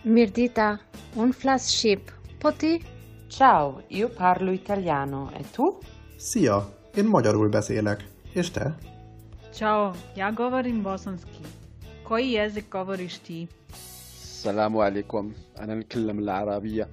Mirdita, un flagship. Poti? Ciao, io parlo italiano. E tu? Szia, én magyarul beszélek. És te? Ciao, ja govorim bosanski. Koji jezik govoriš ti? السلام عليكم أنا نتكلم العربية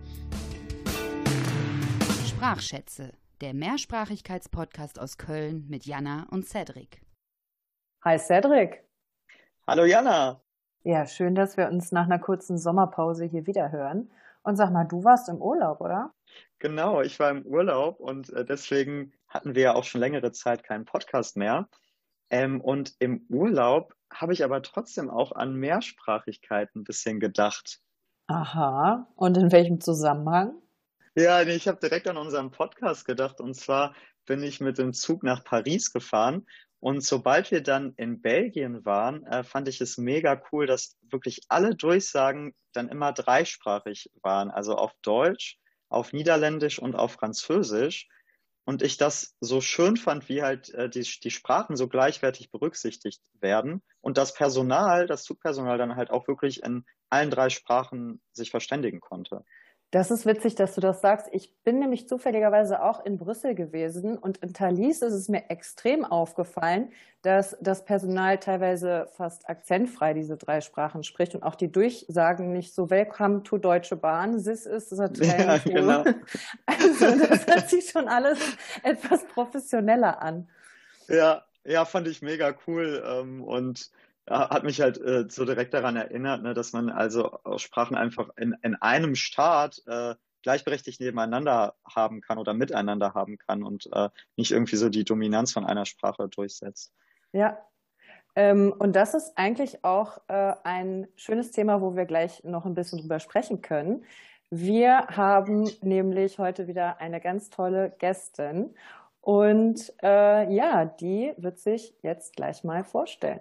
Sprachschätze, der Mehrsprachigkeitspodcast aus Köln mit Jana und Cedric. Hi Cedric. Hallo Jana. Ja, schön, dass wir uns nach einer kurzen Sommerpause hier wieder hören. Und sag mal, du warst im Urlaub, oder? Genau, ich war im Urlaub und deswegen hatten wir ja auch schon längere Zeit keinen Podcast mehr. Und im Urlaub habe ich aber trotzdem auch an Mehrsprachigkeit ein bisschen gedacht. Aha, und in welchem Zusammenhang? Ja, nee, ich habe direkt an unseren Podcast gedacht. Und zwar bin ich mit dem Zug nach Paris gefahren. Und sobald wir dann in Belgien waren, fand ich es mega cool, dass wirklich alle Durchsagen dann immer dreisprachig waren. Also auf Deutsch, auf Niederländisch und auf Französisch. Und ich das so schön fand, wie halt die Sprachen so gleichwertig berücksichtigt werden. Und das Personal, das Zugpersonal dann halt auch wirklich in allen drei Sprachen sich verständigen konnte. Das ist witzig, dass du das sagst. Ich bin nämlich zufälligerweise auch in Brüssel gewesen und in Thalys ist es mir extrem aufgefallen, dass das Personal teilweise fast akzentfrei diese drei Sprachen spricht und auch die Durchsagen nicht so Welcome to Deutsche Bahn, this is the train. Ja, genau. Also das hört sich schon alles etwas professioneller an. Ja, fand ich mega cool und hat mich halt so direkt daran erinnert, ne, dass man also Sprachen einfach in einem Staat gleichberechtigt nebeneinander haben kann oder miteinander haben kann und nicht irgendwie so die Dominanz von einer Sprache durchsetzt. Ja, und das ist eigentlich auch ein schönes Thema, wo wir gleich noch ein bisschen drüber sprechen können. Wir haben nämlich heute wieder eine ganz tolle Gästin und ja, die wird sich jetzt gleich mal vorstellen.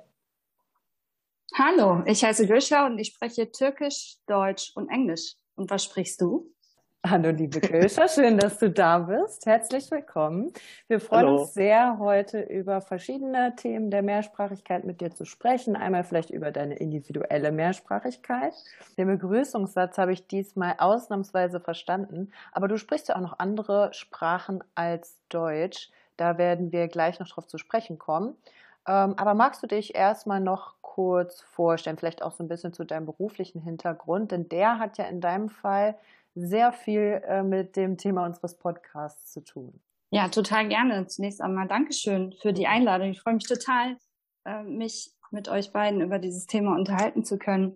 Hallo, ich heiße Gülşah und ich spreche Türkisch, Deutsch und Englisch. Und was sprichst du? Hallo, liebe Gülşah, schön, dass du da bist. Herzlich willkommen. Wir freuen uns sehr, heute über verschiedene Themen der Mehrsprachigkeit mit dir zu sprechen. Einmal vielleicht über deine individuelle Mehrsprachigkeit. Den Begrüßungssatz habe ich diesmal ausnahmsweise verstanden, aber du sprichst ja auch noch andere Sprachen als Deutsch. Da werden wir gleich noch drauf zu sprechen kommen. Aber magst du dich erstmal noch kurz vorstellen, vielleicht auch so ein bisschen zu deinem beruflichen Hintergrund, denn der hat ja in deinem Fall sehr viel mit dem Thema unseres Podcasts zu tun. Ja, total gerne. Zunächst einmal Dankeschön für die Einladung. Ich freue mich total, mich mit euch beiden über dieses Thema unterhalten zu können.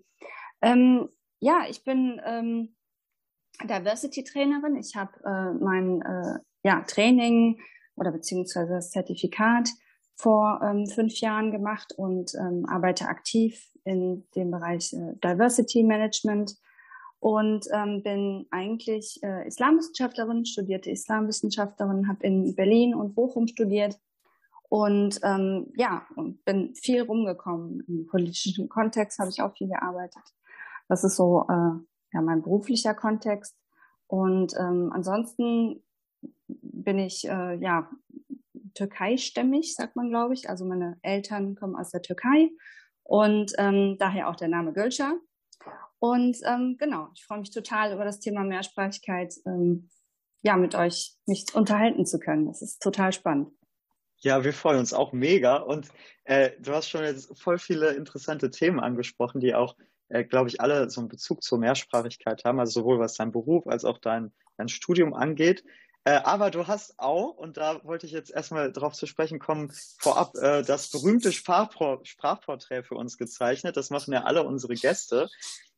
Ja, ich bin Diversity-Trainerin. Ich habe mein Training oder beziehungsweise das Zertifikat vor 5 Jahren gemacht und arbeite aktiv in dem Bereich Diversity Management und bin eigentlich Islamwissenschaftlerin, studierte Islamwissenschaftlerin, habe in Berlin und Bochum studiert und und bin viel rumgekommen. Im politischen Kontext habe ich auch viel gearbeitet. Das ist so mein beruflicher Kontext und ansonsten bin ich türkeistämmig, sagt man, glaube ich. Also meine Eltern kommen aus der Türkei und daher auch der Name Gülşah. Und genau, ich freue mich total über das Thema Mehrsprachigkeit, mit euch mich unterhalten zu können. Das ist total spannend. Ja, wir freuen uns auch mega und du hast schon jetzt voll viele interessante Themen angesprochen, die auch, glaube ich, alle so einen Bezug zur Mehrsprachigkeit haben, also sowohl was dein Beruf als auch dein Studium angeht. Aber du hast auch, und da wollte ich jetzt erstmal drauf zu sprechen kommen, vorab das berühmte Sprachporträt für uns gezeichnet. Das machen ja alle unsere Gäste.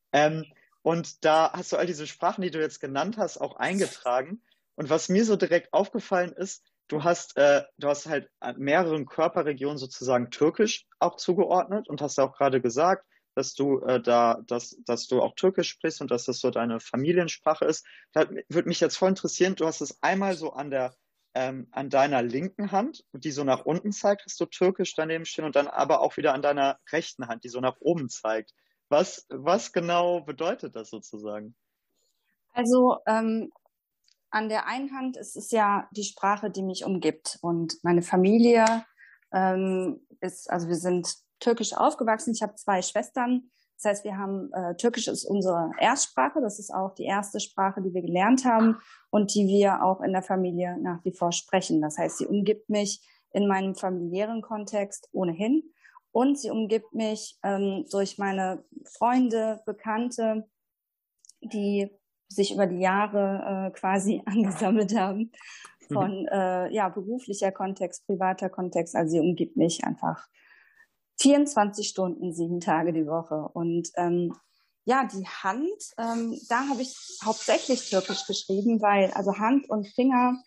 Und da hast du all diese Sprachen, die du jetzt genannt hast, auch eingetragen. Und was mir so direkt aufgefallen ist, du hast halt mehreren Körperregionen sozusagen Türkisch auch zugeordnet und hast ja auch gerade gesagt, dass du dass du auch Türkisch sprichst und dass das so deine Familiensprache ist. Da würde mich jetzt voll interessieren, du hast es einmal so an deiner linken Hand, die so nach unten zeigt, hast du Türkisch daneben stehen und dann aber auch wieder an deiner rechten Hand, die so nach oben zeigt. Was genau bedeutet das sozusagen? Also an der einen Hand ist es ja die Sprache, die mich umgibt und meine Familie wir sind türkisch aufgewachsen. Ich habe 2 Schwestern Das heißt, wir haben Türkisch ist unsere Erstsprache. Das ist auch die erste Sprache, die wir gelernt haben und die wir auch in der Familie nach wie vor sprechen. Das heißt, sie umgibt mich in meinem familiären Kontext ohnehin und sie umgibt mich durch meine Freunde, Bekannte, die sich über die Jahre quasi angesammelt haben von beruflicher Kontext, privater Kontext. Also sie umgibt mich einfach 24 Stunden, 7 Tage die Woche. Und die Hand, da habe ich hauptsächlich Türkisch geschrieben, weil also Hand und Finger,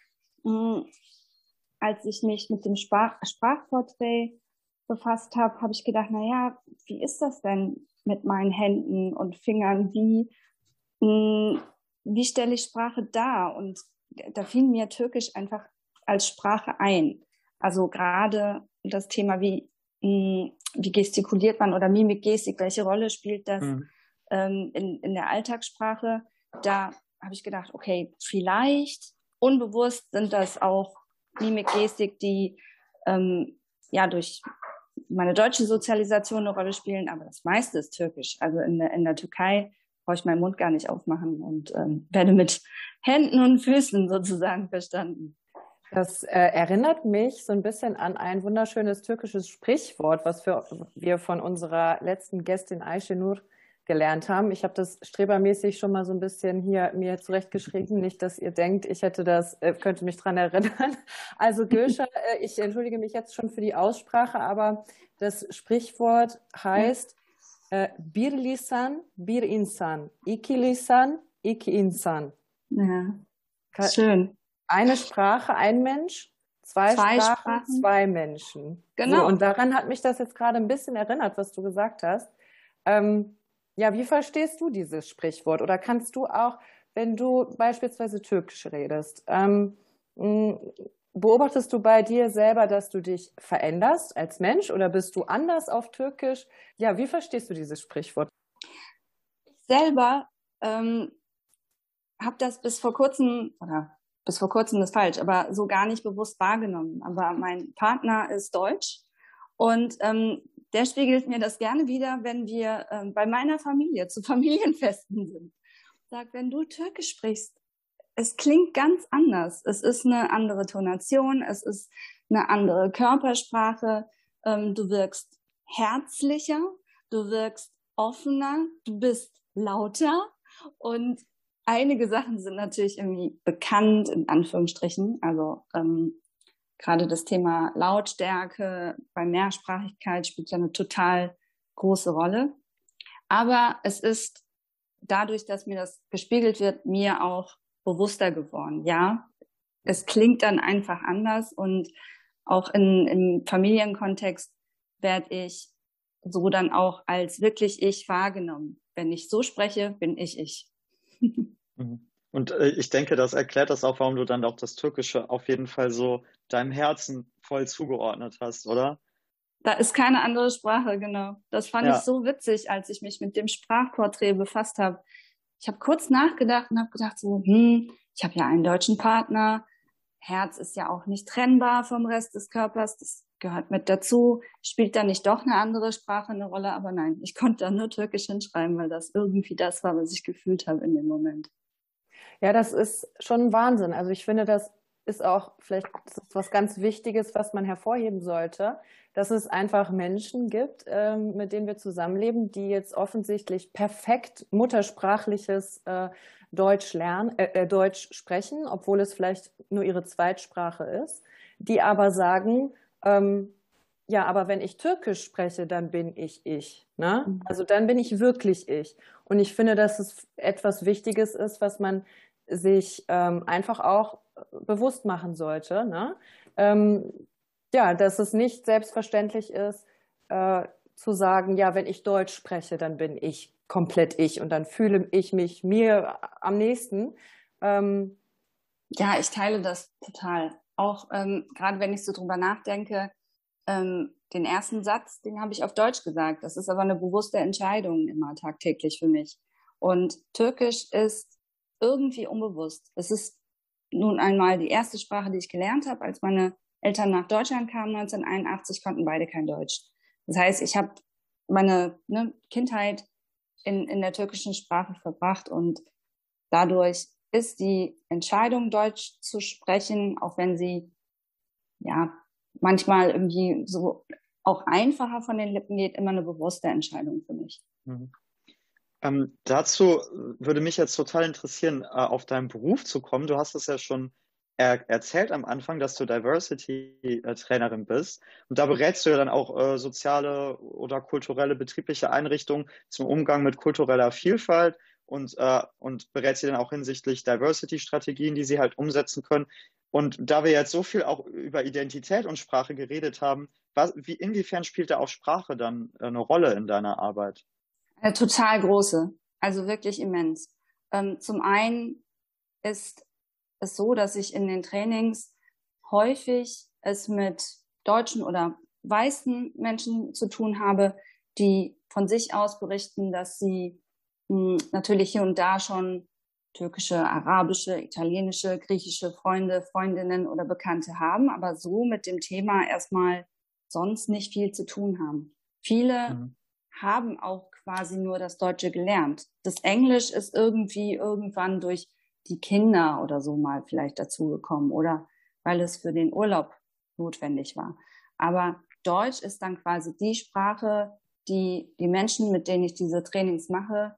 als ich mich mit dem Sprachporträt befasst habe, habe ich gedacht, naja, wie ist das denn mit meinen Händen und Fingern? Wie stelle ich Sprache dar? Und da fiel mir Türkisch einfach als Sprache ein. Also gerade das Thema, wie gestikuliert man oder Mimik, Gestik, welche Rolle spielt das in der Alltagssprache? Da habe ich gedacht, okay, vielleicht unbewusst sind das auch Mimik, Gestik, die durch meine deutsche Sozialisation eine Rolle spielen, aber das meiste ist Türkisch. Also in der Türkei brauche ich meinen Mund gar nicht aufmachen und werde mit Händen und Füßen sozusagen verstanden. Das erinnert mich so ein bisschen an ein wunderschönes türkisches Sprichwort, was wir von unserer letzten Gästin Ayşenur gelernt haben. Ich habe das strebermäßig schon mal so ein bisschen hier mir zurechtgeschrieben, nicht, dass ihr denkt, ich hätte könnte mich dran erinnern. Also Gülşah, ich entschuldige mich jetzt schon für die Aussprache, aber das Sprichwort heißt bir lisan, bir insan, iki lisan, iki insan. Ja, schön. Eine Sprache, ein Mensch, zwei Sprachen, zwei Menschen. Genau. So, und daran hat mich das jetzt gerade ein bisschen erinnert, was du gesagt hast. Wie verstehst du dieses Sprichwort? Oder kannst du auch, wenn du beispielsweise Türkisch redest, beobachtest du bei dir selber, dass du dich veränderst als Mensch oder bist du anders auf Türkisch? Ja, wie verstehst du dieses Sprichwort? Ich selber habe das bis vor kurzem ist falsch, aber so gar nicht bewusst wahrgenommen. Aber mein Partner ist deutsch und der spiegelt mir das gerne wieder, wenn wir bei meiner Familie zu Familienfesten sind. Sagt, wenn du Türkisch sprichst, es klingt ganz anders. Es ist eine andere Tonation, es ist eine andere Körpersprache. Du wirkst herzlicher, du wirkst offener, du bist lauter und einige Sachen sind natürlich irgendwie bekannt, in Anführungsstrichen. Also gerade das Thema Lautstärke bei Mehrsprachigkeit spielt ja eine total große Rolle. Aber es ist dadurch, dass mir das gespiegelt wird, mir auch bewusster geworden. Ja, es klingt dann einfach anders und auch im Familienkontext werde ich so dann auch als wirklich ich wahrgenommen. Wenn ich so spreche, bin ich. Und ich denke, das erklärt das auch, warum du dann auch das Türkische auf jeden Fall so deinem Herzen voll zugeordnet hast, oder? Da ist keine andere Sprache, genau. Das fand ich so witzig, als ich mich mit dem Sprachporträt befasst habe. Ich habe kurz nachgedacht und habe gedacht so, ich habe ja einen deutschen Partner, Herz ist ja auch nicht trennbar vom Rest des Körpers, das gehört mit dazu. Spielt da nicht doch eine andere Sprache eine Rolle? Aber nein, ich konnte da nur Türkisch hinschreiben, weil das irgendwie das war, was ich gefühlt habe in dem Moment. Ja, das ist schon Wahnsinn. Also ich finde, das ist auch vielleicht was ganz Wichtiges, was man hervorheben sollte, dass es einfach Menschen gibt, mit denen wir zusammenleben, die jetzt offensichtlich perfekt muttersprachliches Deutsch sprechen, obwohl es vielleicht nur ihre Zweitsprache ist, die aber sagen, aber wenn ich Türkisch spreche, dann bin ich, ne? Also dann bin ich wirklich ich. Und ich finde, dass es etwas Wichtiges ist, was man sich einfach auch bewusst machen sollte, ne? Dass es nicht selbstverständlich ist, zu sagen, ja, wenn ich Deutsch spreche, dann bin ich komplett ich und dann fühle ich mich mir am nächsten. Ja, ich teile das total. Auch gerade wenn ich so drüber nachdenke, den ersten Satz, den habe ich auf Deutsch gesagt. Das ist aber eine bewusste Entscheidung immer tagtäglich für mich. Und Türkisch ist irgendwie unbewusst. Es ist nun einmal die erste Sprache, die ich gelernt habe. Als meine Eltern nach Deutschland kamen 1981, konnten beide kein Deutsch. Das heißt, ich habe meine Kindheit in der türkischen Sprache verbracht und dadurch ist die Entscheidung, Deutsch zu sprechen, auch wenn sie ja manchmal irgendwie so auch einfacher von den Lippen geht, immer eine bewusste Entscheidung für mich. Mhm. Dazu würde mich jetzt total interessieren, auf deinen Beruf zu kommen. Du hast es ja schon erzählt am Anfang, dass du Diversity-Trainerin bist. Und da berätst du ja dann auch soziale oder kulturelle betriebliche Einrichtungen zum Umgang mit kultureller Vielfalt und berätst sie dann auch hinsichtlich Diversity-Strategien, die sie halt umsetzen können. Und da wir jetzt so viel auch über Identität und Sprache geredet haben, inwiefern spielt da auch Sprache dann eine Rolle in deiner Arbeit? Eine total große, also wirklich immens. Zum einen ist es so, dass ich in den Trainings häufig es mit deutschen oder weißen Menschen zu tun habe, die von sich aus berichten, dass sie natürlich hier und da schon türkische, arabische, italienische, griechische Freunde, Freundinnen oder Bekannte haben, aber so mit dem Thema erstmal sonst nicht viel zu tun haben. Viele haben auch quasi nur das Deutsche gelernt. Das Englisch ist irgendwie irgendwann durch die Kinder oder so mal vielleicht dazugekommen oder weil es für den Urlaub notwendig war. Aber Deutsch ist dann quasi die Sprache, die Menschen, mit denen ich diese Trainings mache,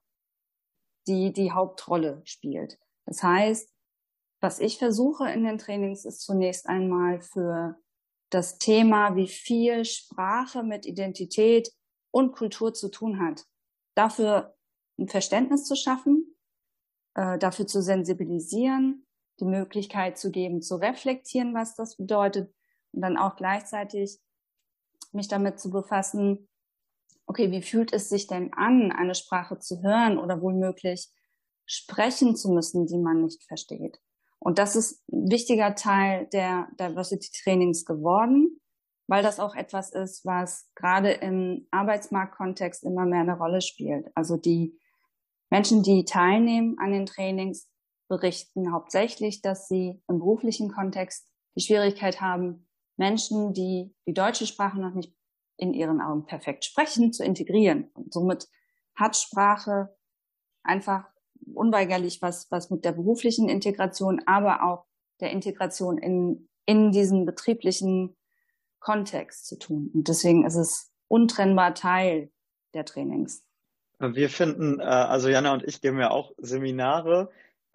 die Hauptrolle spielt. Das heißt, was ich versuche in den Trainings ist zunächst einmal für das Thema, wie viel Sprache mit Identität und Kultur zu tun hat, dafür ein Verständnis zu schaffen, dafür zu sensibilisieren, die Möglichkeit zu geben, zu reflektieren, was das bedeutet und dann auch gleichzeitig mich damit zu befassen, okay, wie fühlt es sich denn an, eine Sprache zu hören oder womöglich sprechen zu müssen, die man nicht versteht. Und das ist ein wichtiger Teil der Diversity-Trainings geworden, weil das auch etwas ist, was gerade im Arbeitsmarktkontext immer mehr eine Rolle spielt. Also die Menschen, die teilnehmen an den Trainings, berichten hauptsächlich, dass sie im beruflichen Kontext die Schwierigkeit haben, Menschen, die die deutsche Sprache noch nicht in ihren Augen perfekt sprechen, zu integrieren. Und somit hat Sprache einfach unweigerlich was mit der beruflichen Integration, aber auch der Integration in diesen betrieblichen Kontext zu tun. Und deswegen ist es untrennbar Teil der Trainings. Wir finden, also Jana und ich geben ja auch Seminare,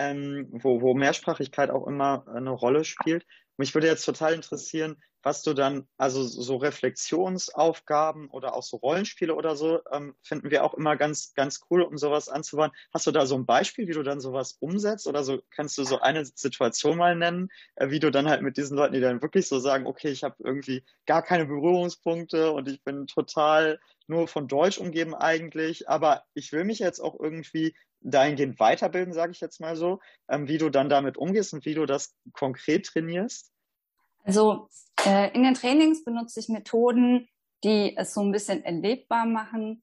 wo Mehrsprachigkeit auch immer eine Rolle spielt. Mich würde jetzt total interessieren, was du dann, also so Reflexionsaufgaben oder auch so Rollenspiele oder so, finden wir auch immer ganz, ganz cool, um sowas anzuwenden. Hast du da so ein Beispiel, wie du dann sowas umsetzt? Oder so kannst du so eine Situation mal nennen, wie du dann halt mit diesen Leuten, die dann wirklich so sagen, okay, ich habe irgendwie gar keine Berührungspunkte und ich bin total nur von Deutsch umgeben eigentlich, aber ich will mich jetzt auch irgendwie dahingehend weiterbilden, sage ich jetzt mal so, wie du dann damit umgehst und wie du das konkret trainierst? Also in den Trainings benutze ich Methoden, die es so ein bisschen erlebbar machen,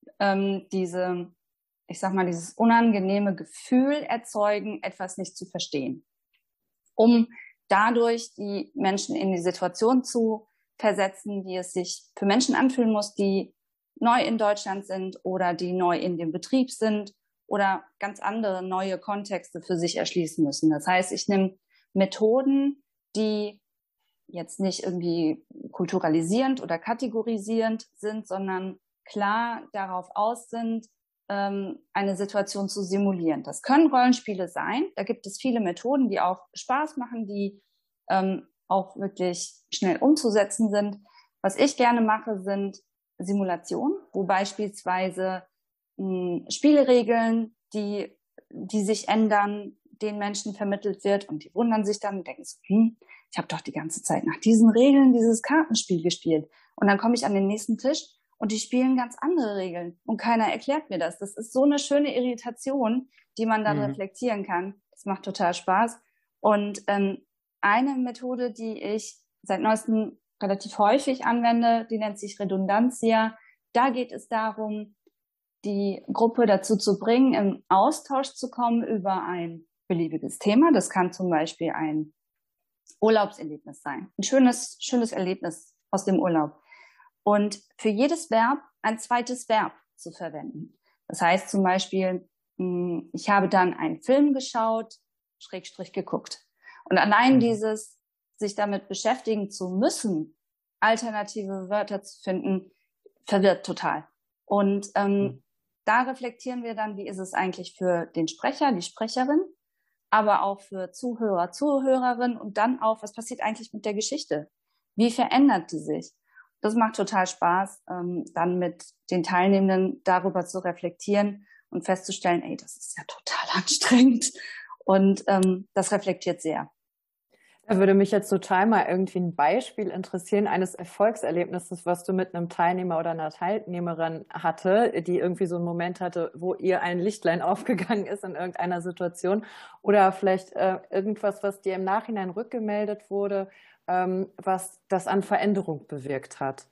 dieses unangenehme Gefühl erzeugen, etwas nicht zu verstehen, um dadurch die Menschen in die Situation zu versetzen, wie es sich für Menschen anfühlen muss, die neu in Deutschland sind oder die neu in dem Betrieb sind oder ganz andere neue Kontexte für sich erschließen müssen. Das heißt, ich nehme Methoden, die jetzt nicht irgendwie kulturalisierend oder kategorisierend sind, sondern klar darauf aus sind, eine Situation zu simulieren. Das können Rollenspiele sein. Da gibt es viele Methoden, die auch Spaß machen, die auch wirklich schnell umzusetzen sind. Was ich gerne mache, sind Simulationen, wo beispielsweise Spielregeln, die sich ändern, den Menschen vermittelt wird und die wundern sich dann und denken so, ich habe doch die ganze Zeit nach diesen Regeln dieses Kartenspiel gespielt. Und dann komme ich an den nächsten Tisch und die spielen ganz andere Regeln und keiner erklärt mir das. Das ist so eine schöne Irritation, die man dann reflektieren kann. Das macht total Spaß. Und eine Methode, die ich seit neuestem relativ häufig anwende, die nennt sich Redundantia. Da geht es darum, die Gruppe dazu zu bringen, im Austausch zu kommen über ein beliebiges Thema. Das kann zum Beispiel ein Urlaubserlebnis sein. Ein schönes Erlebnis aus dem Urlaub. Und für jedes Verb ein zweites Verb zu verwenden. Das heißt zum Beispiel, ich habe dann einen Film geschaut, / geguckt. Und allein dieses, sich damit beschäftigen zu müssen, alternative Wörter zu finden, verwirrt total. Und da reflektieren wir dann, wie ist es eigentlich für den Sprecher, die Sprecherin, aber auch für Zuhörer, Zuhörerin und dann auch, was passiert eigentlich mit der Geschichte? Wie verändert die sich? Das macht total Spaß, dann mit den Teilnehmenden darüber zu reflektieren und festzustellen, ey, das ist ja total anstrengend. Und das reflektiert sehr. Da würde mich jetzt total mal irgendwie ein Beispiel interessieren eines Erfolgserlebnisses, was du mit einem Teilnehmer oder einer Teilnehmerin hatte, die irgendwie so einen Moment hatte, wo ihr ein Lichtlein aufgegangen ist in irgendeiner Situation oder vielleicht irgendwas, was dir im Nachhinein rückgemeldet wurde, was das an Veränderung bewirkt hat.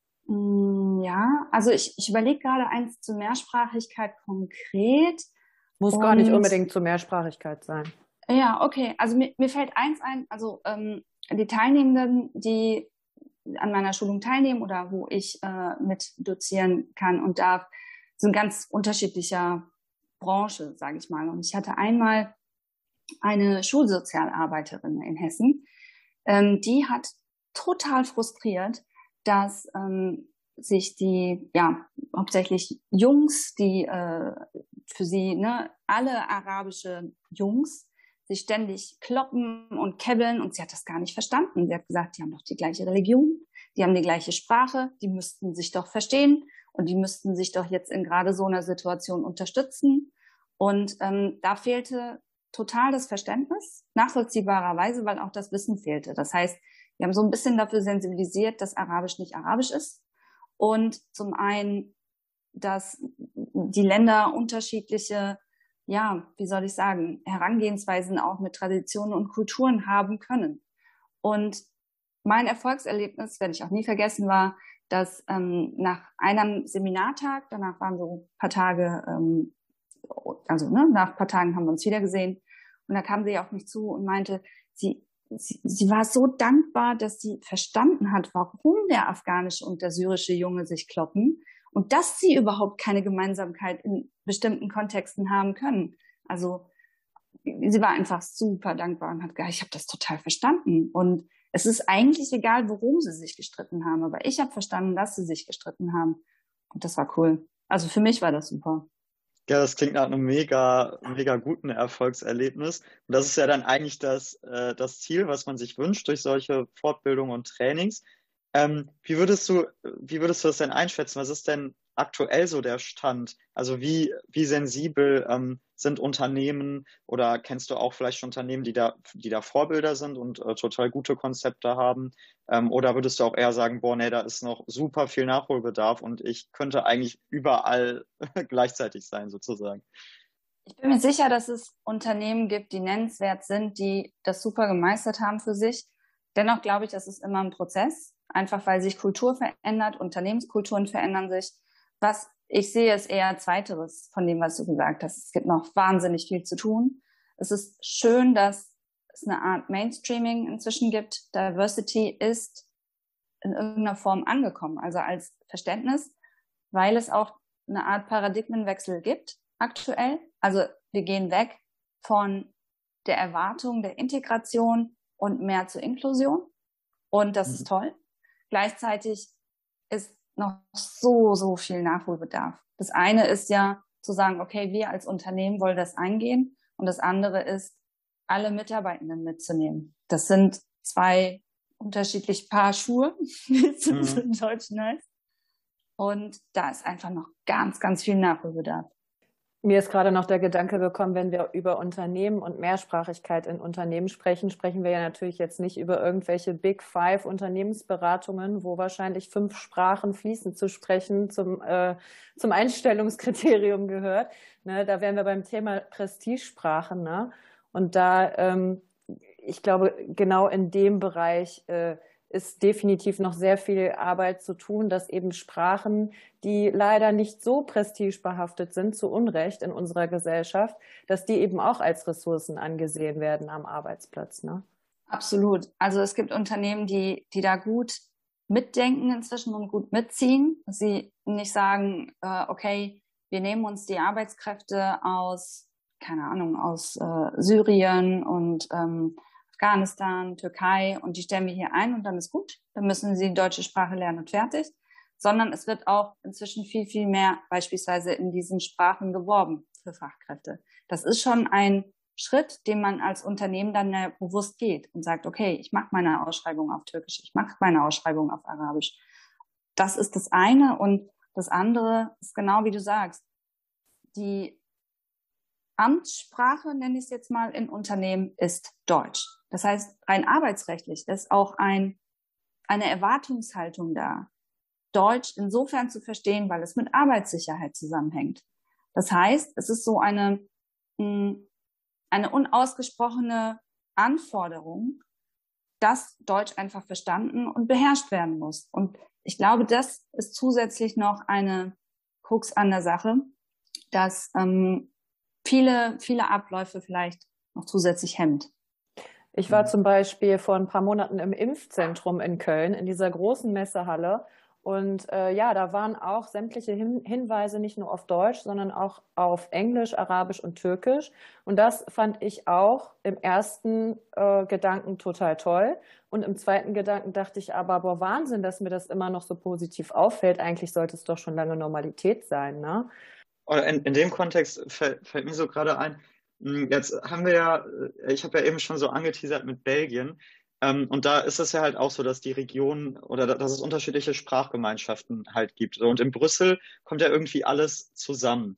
Ja, also ich überlege gerade eins zur Mehrsprachigkeit konkret. Muss gar nicht unbedingt zur Mehrsprachigkeit sein. Ja, okay. Also mir fällt eins ein, also die Teilnehmenden, die an meiner Schulung teilnehmen oder wo ich mit dozieren kann und darf, sind ganz unterschiedlicher Branche, sage ich mal. Und ich hatte einmal eine Schulsozialarbeiterin in Hessen, die hat total frustriert, dass sich die, ja, hauptsächlich Jungs, die für sie, ne, alle arabische Jungs, sich ständig kloppen und kebbeln und sie hat das gar nicht verstanden. Sie hat gesagt, die haben doch die gleiche Religion, die haben die gleiche Sprache, die müssten sich doch verstehen und die müssten sich doch jetzt in gerade so einer Situation unterstützen. Und da fehlte total das Verständnis, nachvollziehbarerweise, weil auch das Wissen fehlte. Das heißt, wir haben so ein bisschen dafür sensibilisiert, dass Arabisch nicht Arabisch ist und zum einen, dass die Länder unterschiedliche, ja, wie soll ich sagen, Herangehensweisen auch mit Traditionen und Kulturen haben können. Und mein Erfolgserlebnis, werde ich auch nie vergessen, war, dass nach einem Seminartag, danach waren so ein paar Tage, nach ein paar Tagen haben wir uns wieder gesehen, und da kam sie auf mich zu und meinte, sie war so dankbar, dass sie verstanden hat, warum der afghanische und der syrische Junge sich kloppen und dass sie überhaupt keine Gemeinsamkeit in bestimmten Kontexten haben können. Also sie war einfach super dankbar und hat gesagt, ich habe das total verstanden. Und es ist eigentlich egal, worum sie sich gestritten haben, aber ich habe verstanden, dass sie sich gestritten haben. Und das war cool. Also für mich war das super. Ja, das klingt nach einem mega, mega guten Erfolgserlebnis. Und das ist ja dann eigentlich das Ziel, was man sich wünscht durch solche Fortbildungen und Trainings. Wie würdest du das denn einschätzen? Was ist denn aktuell so der Stand? Also wie sensibel sind Unternehmen oder kennst du auch vielleicht Unternehmen, die da Vorbilder sind und total gute Konzepte haben? Oder würdest du auch eher sagen, boah, nee, da ist noch super viel Nachholbedarf und ich könnte eigentlich überall gleichzeitig sein, sozusagen? Ich bin mir sicher, dass es Unternehmen gibt, die nennenswert sind, die das super gemeistert haben für sich. Dennoch glaube ich, das ist immer ein Prozess, einfach weil sich Kultur verändert, Unternehmenskulturen verändern sich. Was ich sehe, ist eher Zweiteres von dem, was du gesagt hast. Es gibt noch wahnsinnig viel zu tun. Es ist schön, dass es eine Art Mainstreaming inzwischen gibt. Diversity ist in irgendeiner Form angekommen, also als Verständnis, weil es auch eine Art Paradigmenwechsel gibt aktuell. Also wir gehen weg von der Erwartung der Integration und mehr zur Inklusion. Und das ist toll. Gleichzeitig ist noch so viel Nachholbedarf. Das eine ist ja zu sagen, okay, wir als Unternehmen wollen das eingehen. Und das andere ist, alle Mitarbeitenden mitzunehmen. Das sind zwei unterschiedliche Paar Schuhe, wie es im Deutschen heißt. Und da ist einfach noch ganz, ganz viel Nachholbedarf. Mir ist gerade noch der Gedanke gekommen, wenn wir über Unternehmen und Mehrsprachigkeit in Unternehmen sprechen, sprechen wir ja natürlich jetzt nicht über irgendwelche Big Five Unternehmensberatungen, wo wahrscheinlich 5 Sprachen fließend zu sprechen zum Einstellungskriterium gehört. Ne, da wären wir beim Thema Prestigesprachen. Ne? Und da, ich glaube, genau in dem Bereich ist definitiv noch sehr viel Arbeit zu tun, dass eben Sprachen, die leider nicht so prestigebehaftet sind, zu Unrecht in unserer Gesellschaft, dass die eben auch als Ressourcen angesehen werden am Arbeitsplatz. Ne? Absolut. Also es gibt Unternehmen, die da gut mitdenken inzwischen und gut mitziehen. Sie nicht sagen, okay, wir nehmen uns die Arbeitskräfte aus, keine Ahnung, aus Syrien und Afghanistan, Türkei und die stellen wir hier ein und dann ist gut. Dann müssen sie die deutsche Sprache lernen und fertig. Sondern es wird auch inzwischen viel, viel mehr beispielsweise in diesen Sprachen geworben für Fachkräfte. Das ist schon ein Schritt, den man als Unternehmen dann ja bewusst geht und sagt, okay, ich mache meine Ausschreibung auf Türkisch, ich mache meine Ausschreibung auf Arabisch. Das ist das eine. Und das andere ist genau wie du sagst, die Amtssprache, nenne ich es jetzt mal, in Unternehmen ist Deutsch. Das heißt, rein arbeitsrechtlich ist auch eine Erwartungshaltung da, Deutsch insofern zu verstehen, weil es mit Arbeitssicherheit zusammenhängt. Das heißt, es ist so eine unausgesprochene Anforderung, dass Deutsch einfach verstanden und beherrscht werden muss. Und ich glaube, das ist zusätzlich noch eine Krux an der Sache, dass viele, viele Abläufe vielleicht noch zusätzlich hemmt. Ich war zum Beispiel vor ein paar Monaten im Impfzentrum in Köln, in dieser großen Messehalle. Und da waren auch sämtliche Hinweise nicht nur auf Deutsch, sondern auch auf Englisch, Arabisch und Türkisch. Und das fand ich auch im ersten Gedanken total toll. Und im zweiten Gedanken dachte ich aber, boah, Wahnsinn, dass mir das immer noch so positiv auffällt. Eigentlich sollte es doch schon lange Normalität sein, ne? Oder in dem Kontext fällt mir so gerade ein, jetzt haben wir ich habe ja eben schon so angeteasert mit Belgien. Und da ist es ja halt auch so, dass die Region oder dass es unterschiedliche Sprachgemeinschaften halt gibt. Und in Brüssel kommt ja irgendwie alles zusammen.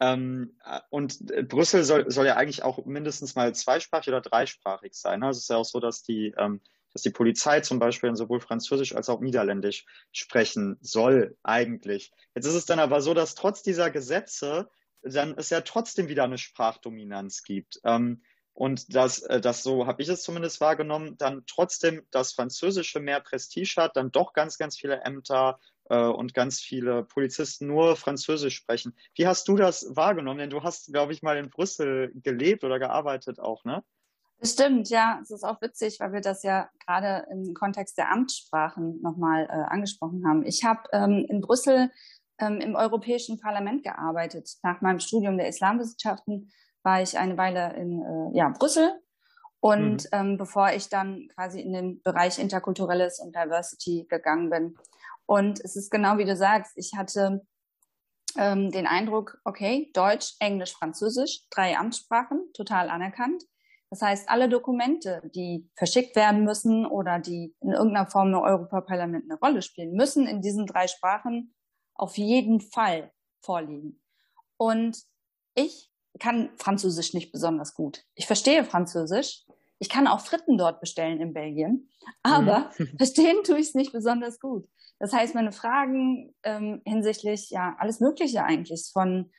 Und Brüssel soll ja eigentlich auch mindestens mal zweisprachig oder dreisprachig sein. Also es ist ja auch so, dass die Polizei zum Beispiel sowohl Französisch als auch Niederländisch sprechen soll eigentlich. Jetzt ist es dann aber so, dass trotz dieser Gesetze dann es ja trotzdem wieder eine Sprachdominanz gibt. Und dass so habe ich es zumindest wahrgenommen, dann trotzdem das Französische mehr Prestige hat, dann doch ganz, ganz viele Ämter und ganz viele Polizisten nur Französisch sprechen. Wie hast du das wahrgenommen? Denn du hast, glaube ich, mal in Brüssel gelebt oder gearbeitet auch, ne? Das stimmt, ja. Es ist auch witzig, weil wir das ja gerade im Kontext der Amtssprachen nochmal angesprochen haben. Ich habe in Brüssel im Europäischen Parlament gearbeitet. Nach meinem Studium der Islamwissenschaften war ich eine Weile in Brüssel und bevor ich dann quasi in den Bereich Interkulturelles und Diversity gegangen bin. Und es ist genau wie du sagst, ich hatte den Eindruck, okay, Deutsch, Englisch, Französisch, 3 Amtssprachen, total anerkannt. Das heißt, alle Dokumente, die verschickt werden müssen oder die in irgendeiner Form im Europaparlament eine Rolle spielen, müssen in diesen 3 Sprachen auf jeden Fall vorliegen. Und ich kann Französisch nicht besonders gut. Ich verstehe Französisch. Ich kann auch Fritten dort bestellen in Belgien. Aber verstehen tue ich es nicht besonders gut. Das heißt, meine Fragen hinsichtlich, ja, alles Mögliche eigentlich von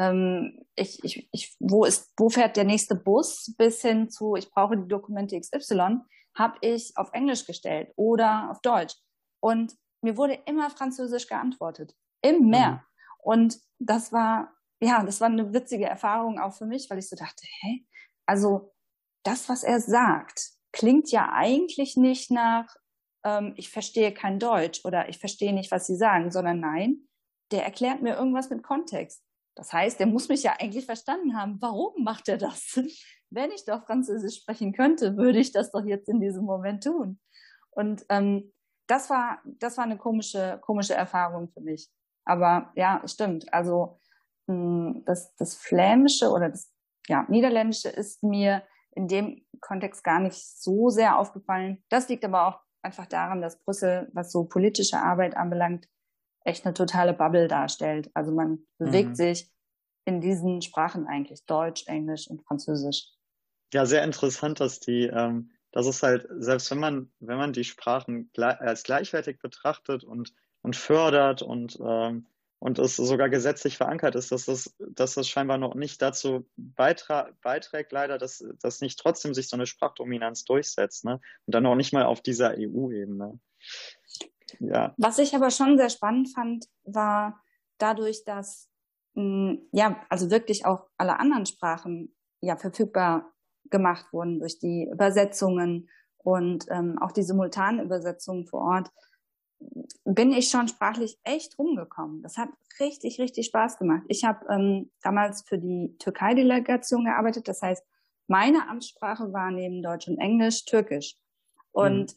wo fährt der nächste Bus bis hin zu, ich brauche die Dokumente XY, habe ich auf Englisch gestellt oder auf Deutsch. Und mir wurde immer Französisch geantwortet. Immer. Und das war eine witzige Erfahrung auch für mich, weil ich so dachte, also das, was er sagt, klingt ja eigentlich nicht nach, ich verstehe kein Deutsch oder ich verstehe nicht, was sie sagen, sondern nein, der erklärt mir irgendwas mit Kontext. Das heißt, der muss mich ja eigentlich verstanden haben. Warum macht er das? Wenn ich doch Französisch sprechen könnte, würde ich das doch jetzt in diesem Moment tun. Und das war eine komische Erfahrung für mich. Aber ja, es stimmt. Also das Flämische oder das Niederländische ist mir in dem Kontext gar nicht so sehr aufgefallen. Das liegt aber auch einfach daran, dass Brüssel, was so politische Arbeit anbelangt, echt eine totale Bubble darstellt. Also man bewegt sich in diesen Sprachen eigentlich, Deutsch, Englisch und Französisch. Ja, sehr interessant, dass das ist halt, selbst wenn man die Sprachen als gleichwertig betrachtet und fördert und es sogar gesetzlich verankert ist, dass das scheinbar noch nicht dazu beiträgt, leider, dass nicht trotzdem sich so eine Sprachdominanz durchsetzt, ne? Und dann auch nicht mal auf dieser EU-Ebene. Ja. Was ich aber schon sehr spannend fand, war dadurch, dass also wirklich auch alle anderen Sprachen verfügbar gemacht wurden durch die Übersetzungen und auch die simultanen Übersetzungen vor Ort, bin ich schon sprachlich echt rumgekommen. Das hat richtig, richtig Spaß gemacht. Ich habe damals für die Türkei-Delegation gearbeitet. Das heißt, meine Amtssprache war neben Deutsch und Englisch Türkisch. Und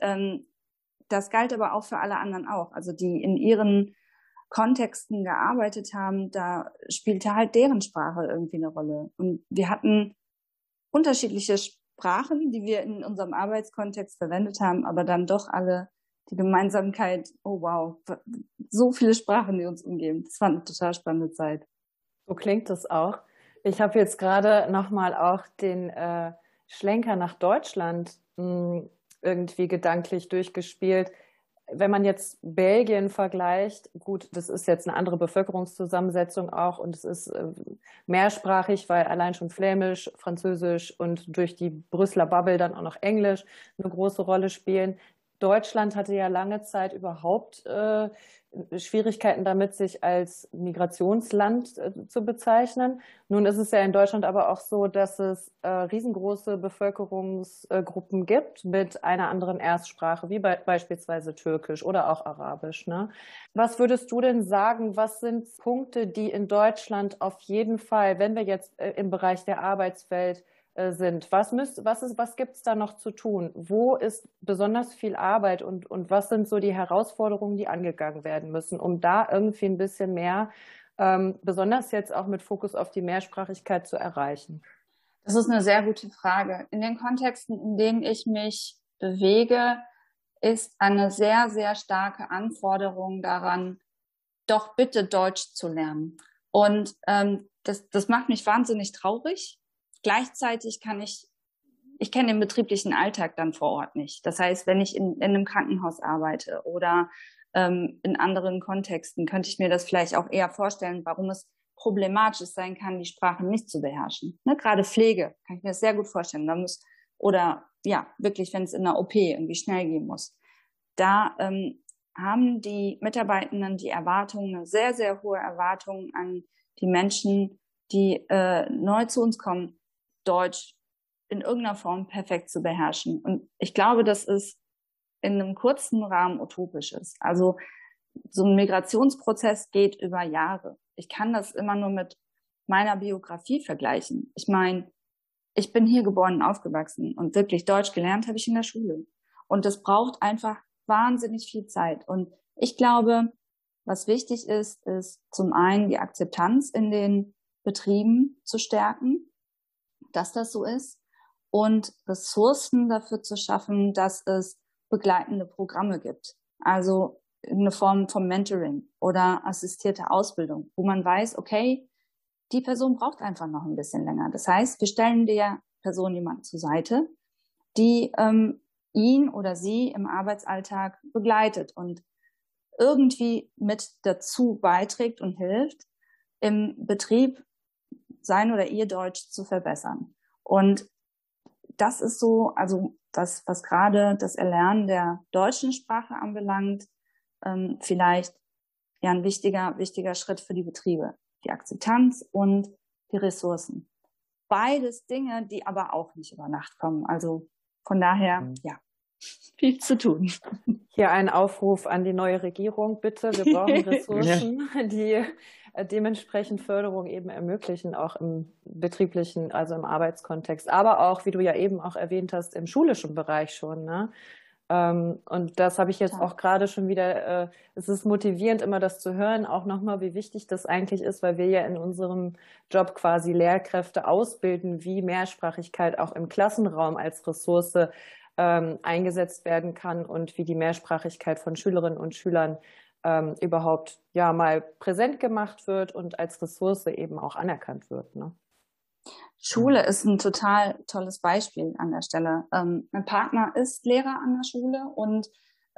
das galt aber auch für alle anderen auch. Also die in ihren Kontexten gearbeitet haben, da spielte halt deren Sprache irgendwie eine Rolle. Und wir hatten unterschiedliche Sprachen, die wir in unserem Arbeitskontext verwendet haben, aber dann doch alle die Gemeinsamkeit, oh wow, so viele Sprachen, die uns umgeben. Das war eine total spannende Zeit. So klingt es auch. Ich habe jetzt gerade nochmal auch den Schlenker nach Deutschland irgendwie gedanklich durchgespielt. Wenn man jetzt Belgien vergleicht, gut, das ist jetzt eine andere Bevölkerungszusammensetzung auch und es ist mehrsprachig, weil allein schon Flämisch, Französisch und durch die Brüsseler Bubble dann auch noch Englisch eine große Rolle spielen. Deutschland hatte ja lange Zeit überhaupt Schwierigkeiten damit, sich als Migrationsland zu bezeichnen. Nun ist es ja in Deutschland aber auch so, dass es riesengroße Bevölkerungsgruppen gibt mit einer anderen Erstsprache, wie beispielsweise Türkisch oder auch Arabisch, ne? Was würdest du denn sagen, was sind Punkte, die in Deutschland auf jeden Fall, wenn wir jetzt im Bereich der Arbeitswelt sind. Was gibt es da noch zu tun? Wo ist besonders viel Arbeit und was sind so die Herausforderungen, die angegangen werden müssen, um da irgendwie ein bisschen mehr, besonders jetzt auch mit Fokus auf die Mehrsprachigkeit zu erreichen? Das ist eine sehr gute Frage. In den Kontexten, in denen ich mich bewege, ist eine sehr, sehr starke Anforderung daran, doch bitte Deutsch zu lernen. Und das macht mich wahnsinnig traurig. Gleichzeitig ich kenne den betrieblichen Alltag dann vor Ort nicht. Das heißt, wenn ich in einem Krankenhaus arbeite oder in anderen Kontexten, könnte ich mir das vielleicht auch eher vorstellen, warum es problematisch sein kann, die Sprache nicht zu beherrschen. Ne? Gerade Pflege kann ich mir das sehr gut vorstellen. Oder ja, wirklich, wenn es in der OP irgendwie schnell gehen muss. Da haben die Mitarbeitenden die Erwartung, eine sehr, sehr hohe Erwartung an die Menschen, die neu zu uns kommen, Deutsch in irgendeiner Form perfekt zu beherrschen. Und ich glaube, dass es in einem kurzen Rahmen utopisch ist. Also so ein Migrationsprozess geht über Jahre. Ich kann das immer nur mit meiner Biografie vergleichen. Ich meine, ich bin hier geboren und aufgewachsen und wirklich Deutsch gelernt habe ich in der Schule. Und das braucht einfach wahnsinnig viel Zeit. Und ich glaube, was wichtig ist zum einen die Akzeptanz in den Betrieben zu stärken, dass das so ist und Ressourcen dafür zu schaffen, dass es begleitende Programme gibt. Also eine Form von Mentoring oder assistierte Ausbildung, wo man weiß, okay, die Person braucht einfach noch ein bisschen länger. Das heißt, wir stellen der Person jemanden zur Seite, die ihn oder sie im Arbeitsalltag begleitet und irgendwie mit dazu beiträgt und hilft, im Betrieb sein oder ihr Deutsch zu verbessern. Und das ist so, also was gerade das Erlernen der deutschen Sprache anbelangt, vielleicht ja ein wichtiger Schritt für die Betriebe. Die Akzeptanz und die Ressourcen. Beides Dinge, die aber auch nicht über Nacht kommen. Also von daher, ja, viel zu tun. Hier ein Aufruf an die neue Regierung, bitte. Wir brauchen Ressourcen, die dementsprechend Förderung eben ermöglichen, auch im betrieblichen, also im Arbeitskontext, aber auch, wie du ja eben auch erwähnt hast, im schulischen Bereich schon, ne? Und das habe ich jetzt auch gerade schon wieder, es ist motivierend, immer das zu hören, auch nochmal, wie wichtig das eigentlich ist, weil wir ja in unserem Job quasi Lehrkräfte ausbilden, wie Mehrsprachigkeit auch im Klassenraum als Ressource eingesetzt werden kann und wie die Mehrsprachigkeit von Schülerinnen und Schülern überhaupt ja mal präsent gemacht wird und als Ressource eben auch anerkannt wird, ne? Schule ist ein total tolles Beispiel an der Stelle. Mein Partner ist Lehrer an der Schule und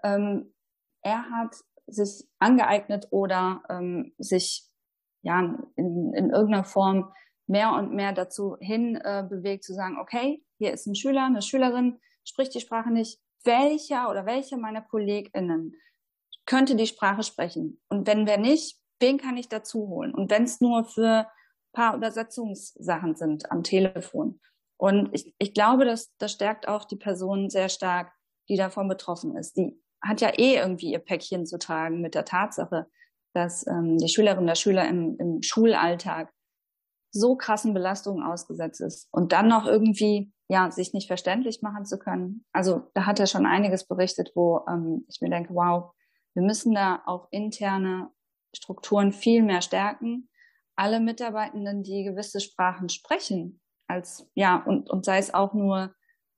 er hat sich angeeignet oder sich ja in irgendeiner Form mehr und mehr dazu hin bewegt, zu sagen, okay, hier ist ein Schüler, eine Schülerin, spricht die Sprache nicht. Welche meiner KollegInnen könnte die Sprache sprechen? Und wenn wer nicht, wen kann ich dazu holen? Und wenn es nur für paar Übersetzungssachen sind am Telefon. Und ich glaube, das stärkt auch die Person sehr stark, die davon betroffen ist, die hat ja irgendwie ihr Päckchen zu tragen mit der Tatsache, dass die Schülerin, der Schüler im Schulalltag so krassen Belastungen ausgesetzt ist und dann noch irgendwie sich nicht verständlich machen zu können. Also da hat er schon einiges berichtet, wo ich mir denke, wow, wir müssen da auch interne Strukturen viel mehr stärken. Alle Mitarbeitenden, die gewisse Sprachen sprechen, und sei es auch nur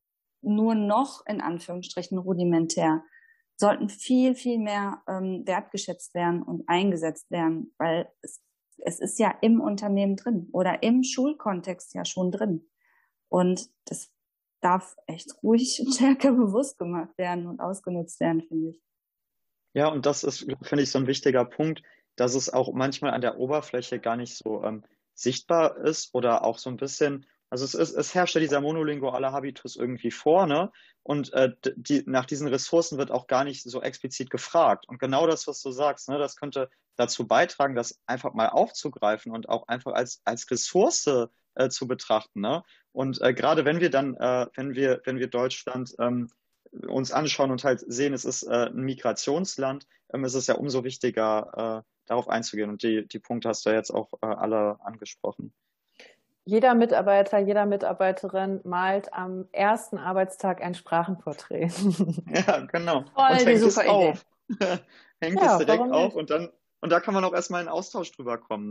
noch in Anführungsstrichen rudimentär, sollten viel, viel mehr wertgeschätzt werden und eingesetzt werden, weil es ist ja im Unternehmen drin oder im Schulkontext ja schon drin. Und das darf echt ruhig stärker bewusst gemacht werden und ausgenutzt werden, finde ich. Ja, und das ist, finde ich, so ein wichtiger Punkt, dass es auch manchmal an der Oberfläche gar nicht so sichtbar ist oder auch so ein bisschen, also es herrscht ja dieser monolinguale Habitus irgendwie vor, ne? Und nach diesen Ressourcen wird auch gar nicht so explizit gefragt. Und genau das, was du sagst, ne, das könnte dazu beitragen, das einfach mal aufzugreifen und auch einfach als Ressource zu betrachten, ne? Und gerade wenn wir dann, wenn wir Deutschland uns anschauen und halt sehen, es ist ein Migrationsland, ist es ja umso wichtiger, darauf einzugehen. Und die Punkte hast du jetzt auch alle angesprochen. Jeder Mitarbeiter, jeder Mitarbeiterin malt am ersten Arbeitstag ein Sprachenporträt. Ja, genau. Voll und die super Idee. Hängt es direkt auf und da kann man auch erstmal in Austausch drüber kommen,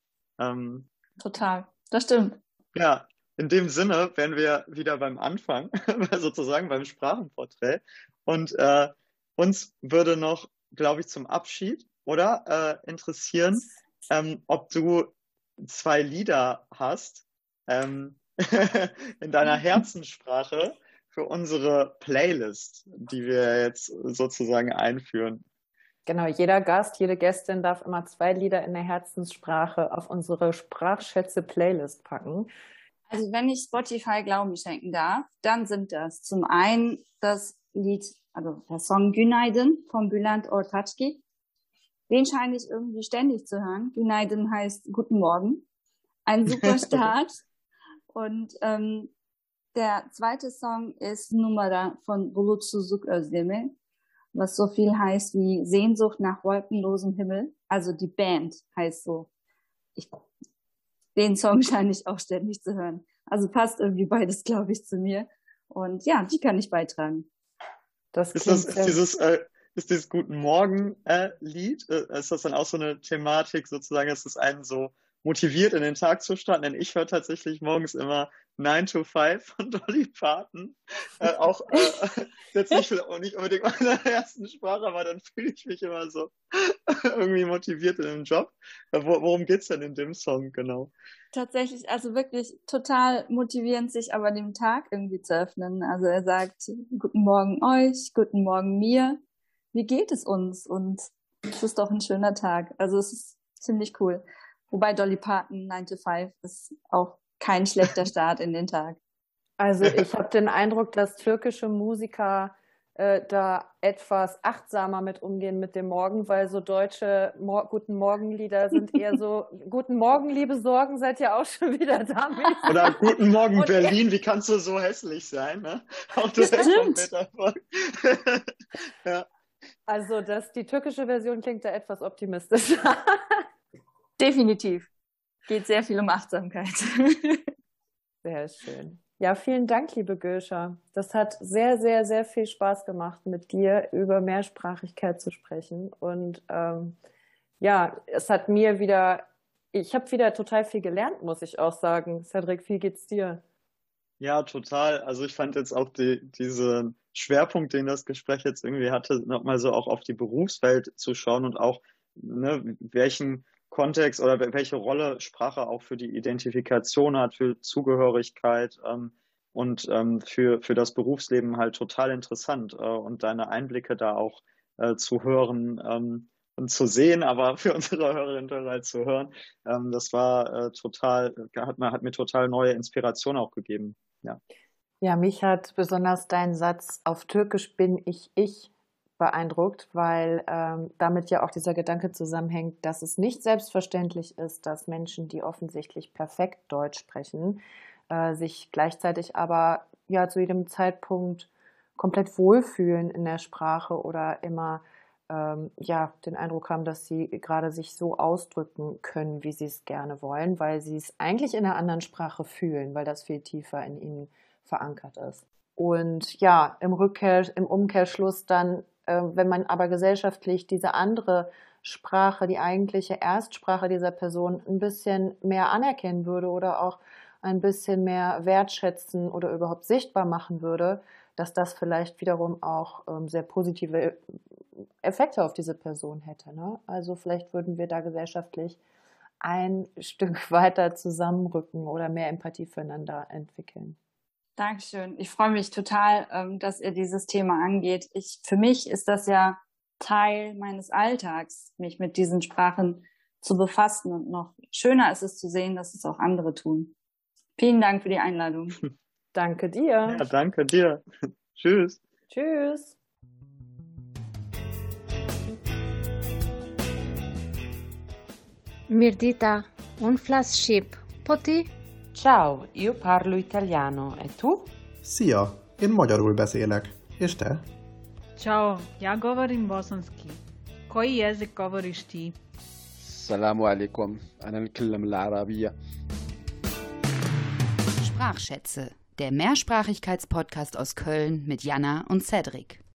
ne? Total, das stimmt. Ja, in dem Sinne wären wir wieder beim Anfang, sozusagen beim Sprachenporträt. Und uns würde noch, glaube ich, zum Abschied, interessieren, ob du 2 Lieder hast in deiner Herzenssprache für unsere Playlist, die wir jetzt sozusagen einführen. Genau, jeder Gast, jede Gästin darf immer 2 Lieder in der Herzenssprache auf unsere Sprachschätze-Playlist packen. Also wenn ich Spotify Glauben schenken darf, dann sind das zum einen das Lied, also der Song Günaydın von Bülent Ortaçgil. Den scheine ich irgendwie ständig zu hören. Günaydın heißt Guten Morgen. Ein super Start. Und der zweite Song ist Numara von Bulutsuzluk Özlemi, was so viel heißt wie Sehnsucht nach wolkenlosem Himmel. Also die Band heißt so. Den Song scheine ich auch ständig zu hören. Also passt irgendwie beides, glaube ich, zu mir. Und ja, die kann ich beitragen. Ist dieses Guten Morgen Lied, ist das dann auch so eine Thematik sozusagen, dass es einen so motiviert in den Tag zu starten? Denn ich höre tatsächlich morgens immer 9 to 5 von Dolly Parton. Jetzt nicht unbedingt meiner ersten Sprache, aber dann fühle ich mich immer so irgendwie motiviert in dem Job. Worum geht's denn in dem Song genau? Tatsächlich, also wirklich total motivierend, sich aber dem Tag irgendwie zu öffnen. Also er sagt, Guten Morgen euch, guten Morgen mir. Wie geht es uns? Und es ist doch ein schöner Tag. Also es ist ziemlich cool. Wobei Dolly Parton 9 to 5 ist auch kein schlechter Start in den Tag. Also ich habe den Eindruck, dass türkische Musiker da etwas achtsamer mit umgehen mit dem Morgen, weil so deutsche Guten Morgen-Lieder sind eher so Guten Morgen, liebe Sorgen, seid ihr auch schon wieder da? Oder Guten Morgen Berlin, wie kannst du so hässlich sein? Ne? Auch direkt vom Wetterfolg. Ja. Also die türkische Version klingt da etwas optimistischer. Definitiv. Geht sehr viel um Achtsamkeit. Sehr schön. Ja, vielen Dank, liebe Gülscha. Das hat sehr, sehr, sehr viel Spaß gemacht, mit dir über Mehrsprachigkeit zu sprechen. Und es hat ich habe wieder total viel gelernt, muss ich auch sagen. Cedric, wie geht's dir? Ja, total. Also ich fand jetzt auch diesen Schwerpunkt, den das Gespräch jetzt irgendwie hatte, nochmal so auch auf die Berufswelt zu schauen und auch, ne, welchen Kontext oder welche Rolle Sprache auch für die Identifikation hat, für Zugehörigkeit und für das Berufsleben halt total interessant. Und deine Einblicke da auch zu hören und zu sehen, aber für unsere Hörerinnen und Hörer zu hören, das war hat mir total neue Inspiration auch gegeben. Ja. Ja, mich hat besonders dein Satz auf Türkisch bin ich beeindruckt, weil damit ja auch dieser Gedanke zusammenhängt, dass es nicht selbstverständlich ist, dass Menschen, die offensichtlich perfekt Deutsch sprechen, sich gleichzeitig aber ja zu jedem Zeitpunkt komplett wohlfühlen in der Sprache oder immer den Eindruck haben, dass sie gerade sich so ausdrücken können, wie sie es gerne wollen, weil sie es eigentlich in einer anderen Sprache fühlen, weil das viel tiefer in ihnen verankert ist. Und ja, im Umkehrschluss dann, wenn man aber gesellschaftlich diese andere Sprache, die eigentliche Erstsprache dieser Person ein bisschen mehr anerkennen würde oder auch ein bisschen mehr wertschätzen oder überhaupt sichtbar machen würde, dass das vielleicht wiederum auch sehr positive Effekte auf diese Person hätte. Ne? Also vielleicht würden wir da gesellschaftlich ein Stück weiter zusammenrücken oder mehr Empathie füreinander entwickeln. Dankeschön. Ich freue mich total, dass ihr dieses Thema angeht. Für mich ist das ja Teil meines Alltags, mich mit diesen Sprachen zu befassen. Und noch schöner ist es zu sehen, dass es auch andere tun. Vielen Dank für die Einladung. Danke dir. Ja, danke dir. Tschüss. Tschüss. Mirdita, un flagship. Poti? Ciao, io parlo italiano. E tu? Szia, én magyarul beszélek. És te? Ćao, ja govorim bosanski. Koji jezik govoriš ti? السلام عليكم أنا نتكلم العربية. Sprachschätze, der Mehrsprachigkeitspodcast aus Köln mit Jana und Cedric.